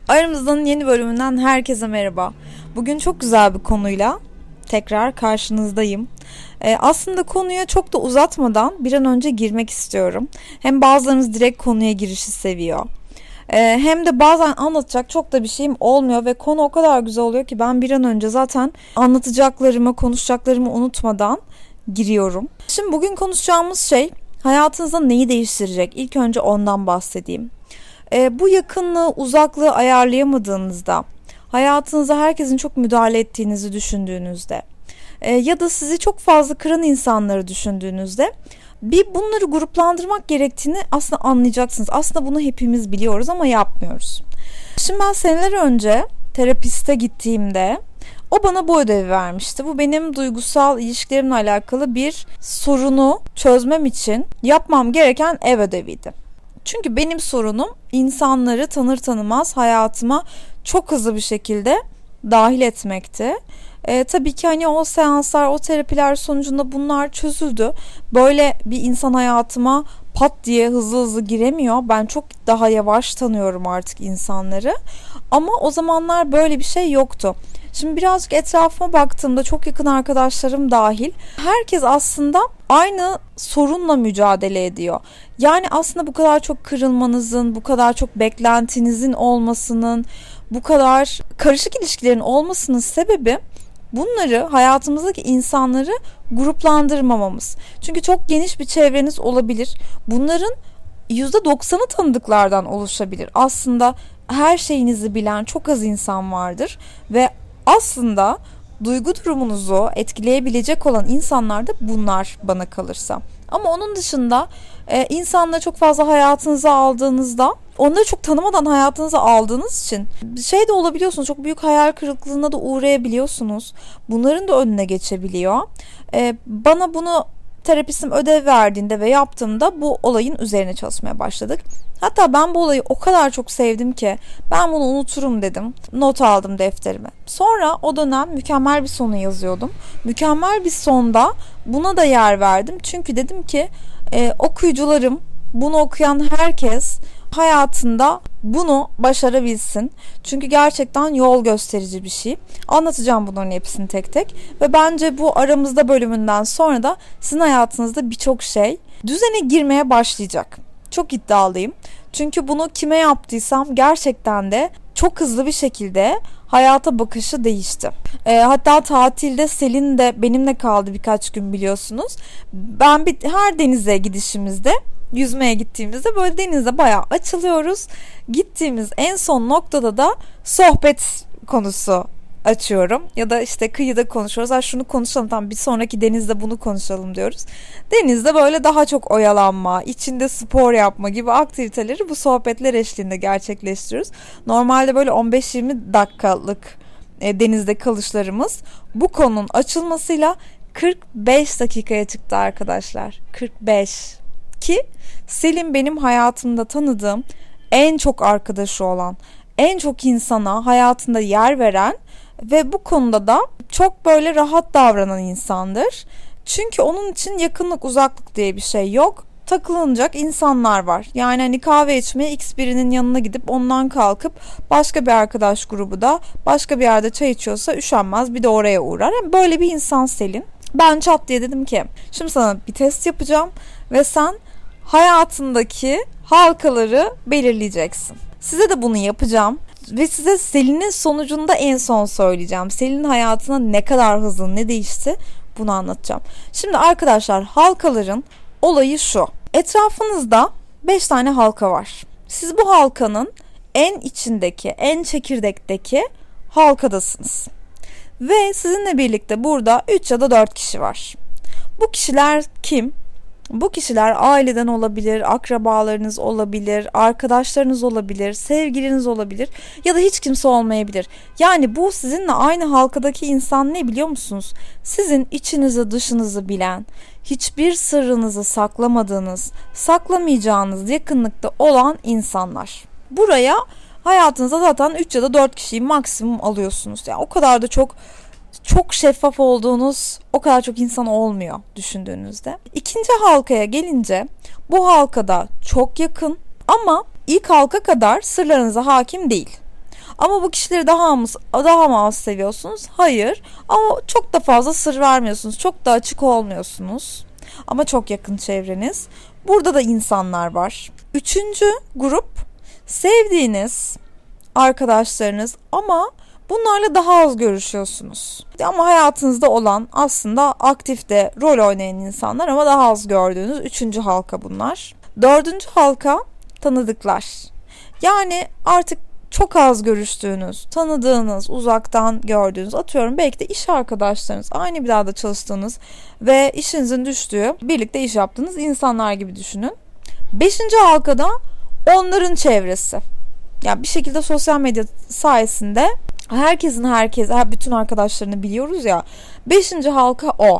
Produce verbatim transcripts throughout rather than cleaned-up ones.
Aramızdan yeni bölümünden herkese merhaba. Bugün çok güzel bir konuyla tekrar karşınızdayım. Ee, aslında konuya çok da uzatmadan bir an önce girmek istiyorum. Hem bazılarınız direkt konuya girişi seviyor. Ee, hem de bazen anlatacak çok da bir şeyim olmuyor ve konu o kadar güzel oluyor ki ben bir an önce zaten anlatacaklarımı, konuşacaklarımı unutmadan giriyorum. Şimdi bugün konuşacağımız şey hayatınızda neyi değiştirecek? İlk önce ondan bahsedeyim. E, bu yakınlığı, uzaklığı ayarlayamadığınızda, hayatınıza herkesin çok müdahale ettiğinizi düşündüğünüzde e, ya da sizi çok fazla kıran insanları düşündüğünüzde bir bunları gruplandırmak gerektiğini aslında anlayacaksınız. Aslında bunu hepimiz biliyoruz ama yapmıyoruz. Şimdi ben seneler önce terapiste gittiğimde o bana bu ödevi vermişti. Bu benim duygusal ilişkilerimle alakalı bir sorunu çözmem için yapmam gereken ev ödeviydi. Çünkü benim sorunum insanları tanır tanımaz hayatıma çok hızlı bir şekilde dahil etmekti. E, tabii ki hani o seanslar, o terapiler sonucunda bunlar çözüldü. Böyle bir insan hayatıma pat diye hızlı hızlı giremiyor. Ben çok daha yavaş tanıyorum artık insanları. Ama o zamanlar böyle bir şey yoktu. Şimdi birazcık etrafıma baktığımda çok yakın arkadaşlarım dahil herkes aslında aynı sorunla mücadele ediyor. Yani aslında bu kadar çok kırılmanızın, bu kadar çok beklentinizin olmasının, bu kadar karışık ilişkilerin olmasının sebebi bunları, hayatımızdaki insanları gruplandırmamamız. Çünkü çok geniş bir çevreniz olabilir. Bunların yüzde doksanı tanıdıklardan oluşabilir. Aslında her şeyinizi bilen çok az insan vardır ve aslında duygu durumunuzu etkileyebilecek olan insanlar da bunlar bana kalırsa. Ama onun dışında e, insanları çok fazla hayatınıza aldığınızda, onları çok tanımadan hayatınıza aldığınız için şey de olabiliyorsunuz, çok büyük hayal kırıklığına da uğrayabiliyorsunuz. Bunların da önüne geçebiliyor. E, bana bunu terapistim ödev verdiğinde ve yaptığımda bu olayın üzerine çalışmaya başladık. Hatta ben bu olayı o kadar çok sevdim ki ben bunu unuturum dedim. Not aldım defterime. Sonra o dönem mükemmel bir sonu yazıyordum. Mükemmel bir sonda buna da yer verdim. Çünkü dedim ki e, okuyucularım, bunu okuyan herkes hayatında bunu başarabilsin. Çünkü gerçekten yol gösterici bir şey. Anlatacağım bunların hepsini tek tek. Ve bence bu aramızda bölümünden sonra da sizin hayatınızda birçok şey düzene girmeye başlayacak. Çok iddialıyım. Çünkü bunu kime yaptıysam gerçekten de çok hızlı bir şekilde hayata bakışı değişti. E, hatta tatilde Selin de benimle kaldı birkaç gün biliyorsunuz. Ben bir, her denize gidişimizde, yüzmeye gittiğimizde böyle denize bayağı açılıyoruz. Gittiğimiz en son noktada da sohbet konusu açıyorum. Ya da işte kıyıda konuşuyoruz. Ha şunu konuşalım, tamam, bir sonraki denizde bunu konuşalım diyoruz. Denizde böyle daha çok oyalanma, içinde spor yapma gibi aktiviteleri bu sohbetler eşliğinde gerçekleştiriyoruz. Normalde böyle on beş yirmi dakikalık e, denizde kalışlarımız bu konunun açılmasıyla kırk beş dakikaya çıktı arkadaşlar. kırk beş. Ki Selin benim hayatımda tanıdığım en çok arkadaşı olan, en çok insana hayatında yer veren ve bu konuda da çok böyle rahat davranan insandır. Çünkü onun için yakınlık uzaklık diye bir şey yok. Takılınacak insanlar var. Yani hani kahve içmeye X birinin yanına gidip ondan kalkıp başka bir arkadaş grubu da başka bir yerde çay içiyorsa üşenmez bir de oraya uğrar. Yani böyle bir insan Selin. Ben çat diye dedim ki şimdi sana bir test yapacağım ve sen hayatındaki halkaları belirleyeceksin. Size de bunu yapacağım ve size Selin'in sonucunda en son söyleyeceğim. Selin'in hayatına ne kadar hızlı ne değişti bunu anlatacağım. Şimdi arkadaşlar, halkaların olayı şu. Etrafınızda beş tane halka var. Siz bu halkanın en içindeki, en çekirdekteki halkadasınız. Ve sizinle birlikte burada üç ya da dört kişi var. Bu kişiler kim? Bu kişiler aileden olabilir, akrabalarınız olabilir, arkadaşlarınız olabilir, sevgiliniz olabilir ya da hiç kimse olmayabilir. Yani bu sizinle aynı halkadaki insan ne biliyor musunuz? Sizin içinizi dışınızı bilen, hiçbir sırrınızı saklamadığınız, saklamayacağınız yakınlıkta olan insanlar. Buraya hayatınızda zaten üç ya da dört kişiyi maksimum alıyorsunuz. Yani o kadar da çok çok şeffaf olduğunuz, o kadar çok insan olmuyor düşündüğünüzde. İkinci halkaya gelince bu halkada çok yakın ama ilk halka kadar sırlarınıza hakim değil. Ama bu kişileri daha mı, daha mı az seviyorsunuz? Hayır. Ama çok da fazla sır vermiyorsunuz. Çok da açık olmuyorsunuz. Ama çok yakın çevreniz. Burada da insanlar var. Üçüncü grup sevdiğiniz arkadaşlarınız ama bunlarla daha az görüşüyorsunuz. Ama hayatınızda olan, aslında aktifte rol oynayan insanlar ama daha az gördüğünüz üçüncü halka bunlar. Dördüncü halka tanıdıklar. Yani artık çok az görüştüğünüz, tanıdığınız, uzaktan gördüğünüz, atıyorum belki de iş arkadaşlarınız, aynı binada çalıştığınız ve işinizin düştüğü, birlikte iş yaptığınız insanlar gibi düşünün. Beşinci halkada onların çevresi. Yani bir şekilde sosyal medya sayesinde herkesin herkes, bütün arkadaşlarını biliyoruz ya. Beşinci halka o.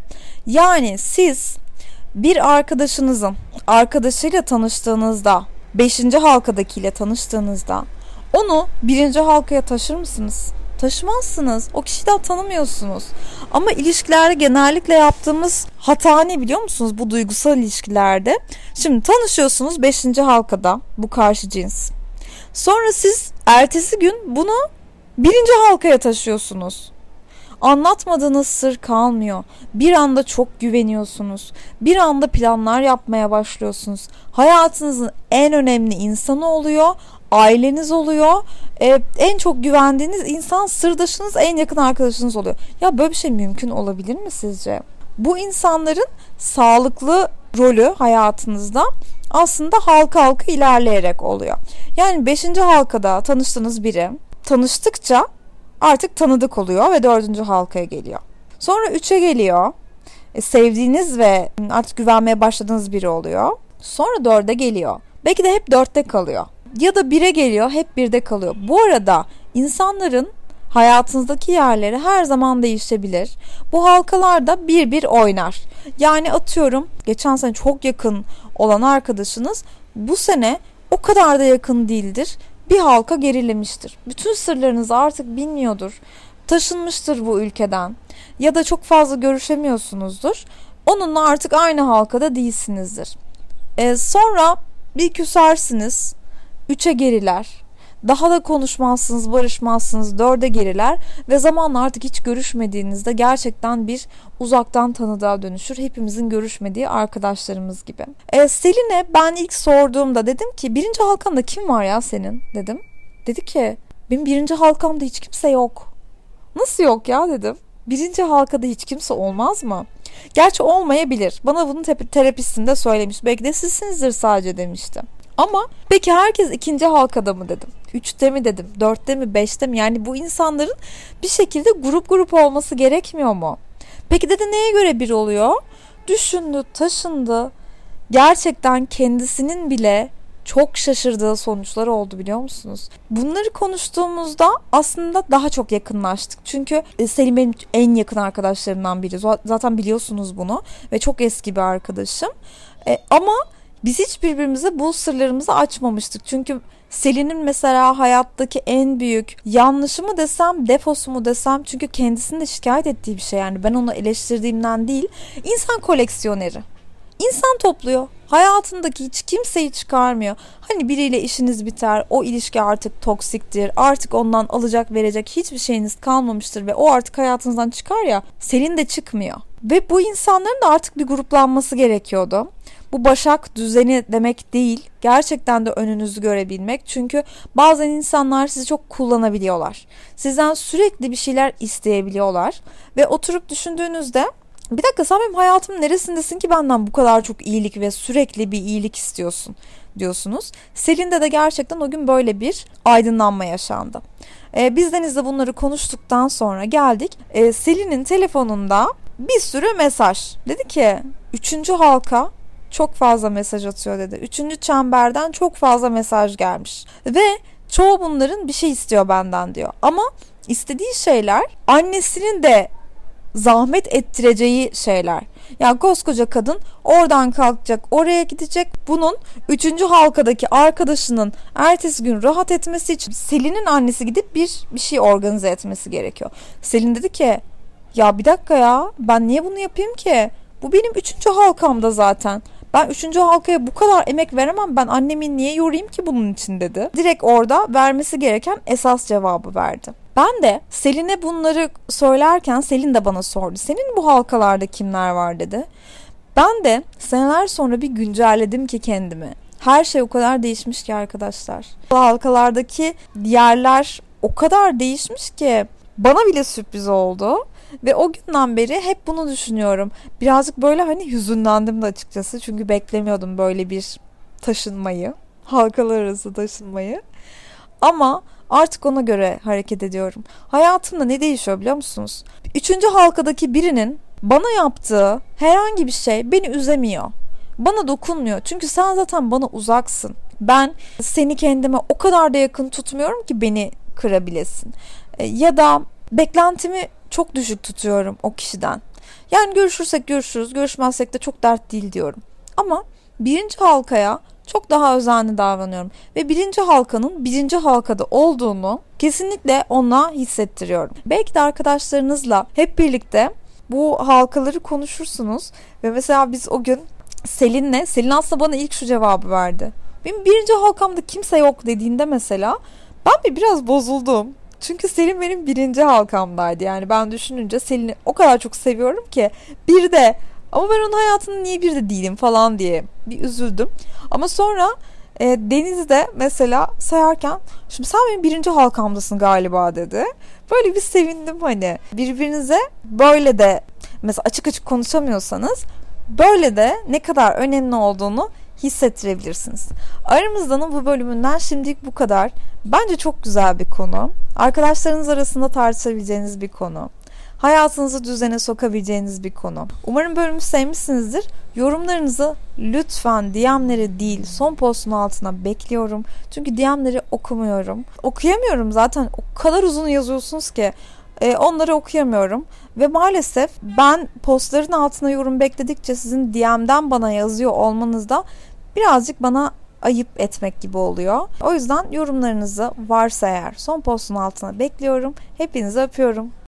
Yani siz bir arkadaşınızın arkadaşıyla tanıştığınızda, beşinci halkadakiyle tanıştığınızda onu birinci halkaya taşır mısınız? Taşımazsınız. O kişiyi daha tanımıyorsunuz. Ama ilişkilerde genellikle yaptığımız hata ne biliyor musunuz? Bu duygusal ilişkilerde. Şimdi tanışıyorsunuz beşinci halkada, bu karşı cins. Sonra siz ertesi gün bunu birinci halkaya taşıyorsunuz. Anlatmadığınız sır kalmıyor. Bir anda çok güveniyorsunuz. Bir anda planlar yapmaya başlıyorsunuz. Hayatınızın en önemli insanı oluyor. Aileniz oluyor. Ee, en çok güvendiğiniz insan sırdaşınız, en yakın arkadaşınız oluyor. Ya böyle bir şey mümkün olabilir mi sizce? Bu insanların sağlıklı rolü hayatınızda aslında halka halka ilerleyerek oluyor. Yani beşinci halkada tanıştığınız biri tanıştıkça artık tanıdık oluyor ve dördüncü halkaya geliyor. Sonra üçe geliyor. E, sevdiğiniz ve artık güvenmeye başladığınız biri oluyor. Sonra dörde geliyor. Belki de hep dörtte kalıyor. Ya da bire geliyor, hep birde kalıyor. Bu arada insanların hayatınızdaki yerleri her zaman değişebilir. Bu halkalarda bir bir oynar. Yani atıyorum geçen sene çok yakın olan arkadaşınız bu sene o kadar da yakın değildir. Bir halka gerilemiştir. Bütün sırlarınızı artık bilmiyordur. Taşınmıştır bu ülkeden. Ya da çok fazla görüşemiyorsunuzdur. Onunla artık aynı halkada değilsinizdir. Ee, sonra bir küsersiniz. Üçe geriler. Daha da konuşmazsınız, barışmazsınız, dörde geriler ve zamanla artık hiç görüşmediğinizde gerçekten bir uzaktan tanıdığa dönüşür. Hepimizin görüşmediği arkadaşlarımız gibi. E, Selin'e ben ilk sorduğumda dedim ki birinci halkanda kim var ya senin dedim. Dedi ki benim birinci halkamda hiç kimse yok. Nasıl yok ya dedim. Birinci halkada hiç kimse olmaz mı? Gerçi olmayabilir. Bana bunu te- terapistinde söylemiş. Belki de sizsinizdir sadece demişti. Ama peki herkes ikinci halkada mı dedim. Üçte mi dedim. Dörtte mi, beşte mi? Yani bu insanların bir şekilde grup grup olması gerekmiyor mu? Peki dedi neye göre bir oluyor? Düşündü, taşındı. Gerçekten kendisinin bile çok şaşırdığı sonuçlar oldu biliyor musunuz? Bunları konuştuğumuzda aslında daha çok yakınlaştık. Çünkü Selim benim en yakın arkadaşlarımdan biri. Zaten biliyorsunuz bunu. Ve çok eski bir arkadaşım. E, ama biz hiç birbirimize bu sırlarımızı açmamıştık. Çünkü Selin'in mesela hayattaki en büyük yanlışı mı desem, defosu mu desem, çünkü kendisinin de şikayet ettiği bir şey. Yani ben onu eleştirdiğimden değil, insan koleksiyoneri. İnsan topluyor. Hayatındaki hiç kimseyi çıkarmıyor. Hani biriyle işiniz biter, o ilişki artık toksiktir, artık ondan alacak verecek hiçbir şeyiniz kalmamıştır ve o artık hayatınızdan çıkar ya, Selin de çıkmıyor. Ve bu insanların da artık bir gruplanması gerekiyordu. Bu başak düzeni demek değil. Gerçekten de önünüzü görebilmek. Çünkü bazen insanlar sizi çok kullanabiliyorlar. Sizden sürekli bir şeyler isteyebiliyorlar. Ve oturup düşündüğünüzde bir dakika sen benim hayatımın neresindesin ki benden bu kadar çok iyilik ve sürekli bir iyilik istiyorsun diyorsunuz. Selin'de de gerçekten o gün böyle bir aydınlanma yaşandı. Ee, biz Deniz'le bunları konuştuktan sonra geldik. Ee, Selin'in telefonunda bir sürü mesaj. Dedi ki üçüncü halka çok fazla mesaj atıyor dedi. Üçüncü çemberden çok fazla mesaj gelmiş. Ve çoğu bunların bir şey istiyor benden diyor. Ama istediği şeyler annesinin de zahmet ettireceği şeyler. Yani koskoca kadın oradan kalkacak, oraya gidecek. Bunun üçüncü halkadaki arkadaşının ertesi gün rahat etmesi için Selin'in annesi gidip bir bir şey organize etmesi gerekiyor. Selin dedi ki ya bir dakika ya ben niye bunu yapayım ki? Bu benim üçüncü halkamda zaten. Ben üçüncü halkaya bu kadar emek veremem, ben annemi niye yorayım ki bunun için dedi. Direkt orada vermesi gereken esas cevabı verdi. Ben de Selin'e bunları söylerken Selin de bana sordu. Senin bu halkalarda kimler var dedi. Ben de seneler sonra bir güncelledim ki kendimi. Her şey o kadar değişmiş ki arkadaşlar. Bu halkalardaki yerler o kadar değişmiş ki bana bile sürpriz oldu. Ve o günden beri hep bunu düşünüyorum. Birazcık böyle hani hüzünlendim de açıkçası. Çünkü beklemiyordum böyle bir taşınmayı. Halkalar arası taşınmayı. Ama artık ona göre hareket ediyorum. Hayatımda ne değişiyor biliyor musunuz? Üçüncü halkadaki birinin bana yaptığı herhangi bir şey beni üzemiyor. Bana dokunmuyor. Çünkü sen zaten bana uzaksın. Ben seni kendime o kadar da yakın tutmuyorum ki beni kırabilesin. Ya da beklentimi çok düşük tutuyorum o kişiden. Yani görüşürsek görüşürüz, görüşmezsek de çok dert değil diyorum. Ama birinci halkaya çok daha özenli davranıyorum. Ve birinci halkanın birinci halkada olduğunu kesinlikle ona hissettiriyorum. Belki de arkadaşlarınızla hep birlikte bu halkaları konuşursunuz. Ve mesela biz o gün Selin'le, Selin aslında bana ilk şu cevabı verdi. Benim birinci halkamda kimse yok dediğinde mesela ben bir biraz bozuldum. Çünkü Selin benim birinci halkamdaydı. Yani ben düşününce Selin'i o kadar çok seviyorum ki bir de ama ben onun hayatında niye bir de değilim falan diye bir üzüldüm. Ama sonra e, Deniz'de mesela sayarken şimdi sen benim birinci halkamdasın galiba dedi. Böyle bir sevindim hani. Birbirinize böyle de mesela açık açık konuşamıyorsanız böyle de ne kadar önemli olduğunu hissettirebilirsiniz. Aramızdanın bu bölümünden şimdilik bu kadar. Bence çok güzel bir konu. Arkadaşlarınız arasında tartışabileceğiniz bir konu. Hayatınızı düzene sokabileceğiniz bir konu. Umarım bölümü sevmişsinizdir. Yorumlarınızı lütfen D M'leri değil son postun altına bekliyorum. Çünkü D M'leri okumuyorum. Okuyamıyorum zaten, o kadar uzun yazıyorsunuz ki. Ee, onları okuyamıyorum. Ve maalesef ben postların altına yorum bekledikçe sizin D M'den bana yazıyor olmanız da birazcık bana ayıp etmek gibi oluyor. O yüzden yorumlarınızı varsa eğer son postun altına bekliyorum. Hepinizi öpüyorum.